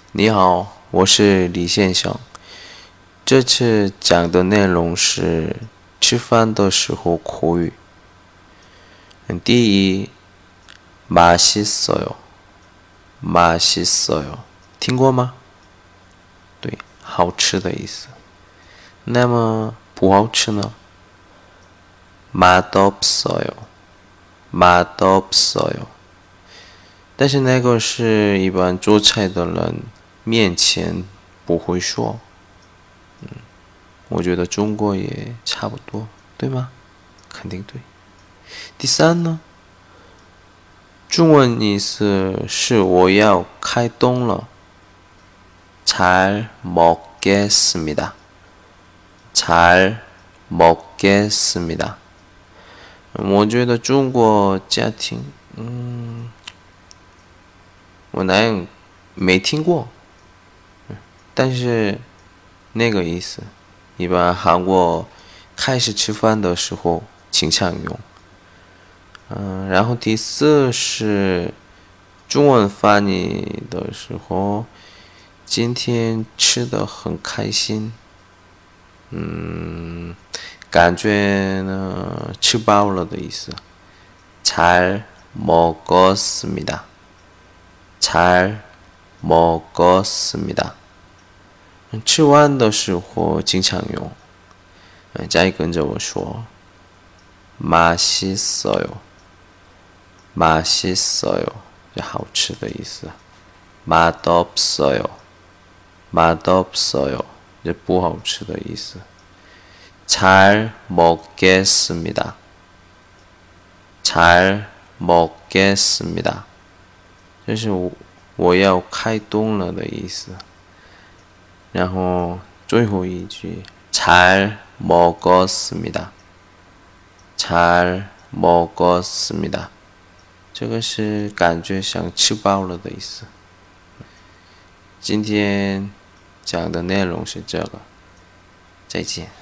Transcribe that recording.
你好，我是李先生。这次讲的内容是吃饭的时候口语。第一，맛있어요， 맛있어요， 听过吗？对，好吃的意思。那么不好吃呢？맛없어요， 맛없어요。但是那个是一般做菜的人面前不会说。我觉得中国也差不多，对吗？肯定对。第三呢，中文意思是我要开动了。잘 먹겠습니다. 잘 먹겠습니다. 我觉得中国家庭，我没听过，但是那个意思，一般韩国开始吃饭的时候经常用。然后第四是中文翻译的时候，今天吃的很开心。感觉呢吃饱了的意思。잘 먹었습니다. 잘 먹었습니다. 吃完的时候经常用。再跟着我说，맛있어요. 맛있어요. 就好吃的意思。맛없어요. 맛없어요. 就不好吃的意思。잘 먹겠습니다. 잘 먹겠습니다. 这是我要开动了的意思。然后最后一句잘 먹었습니다. 잘 먹었습니다. 这个是感觉像吃饱了的意思。今天讲的内容是这个，再见。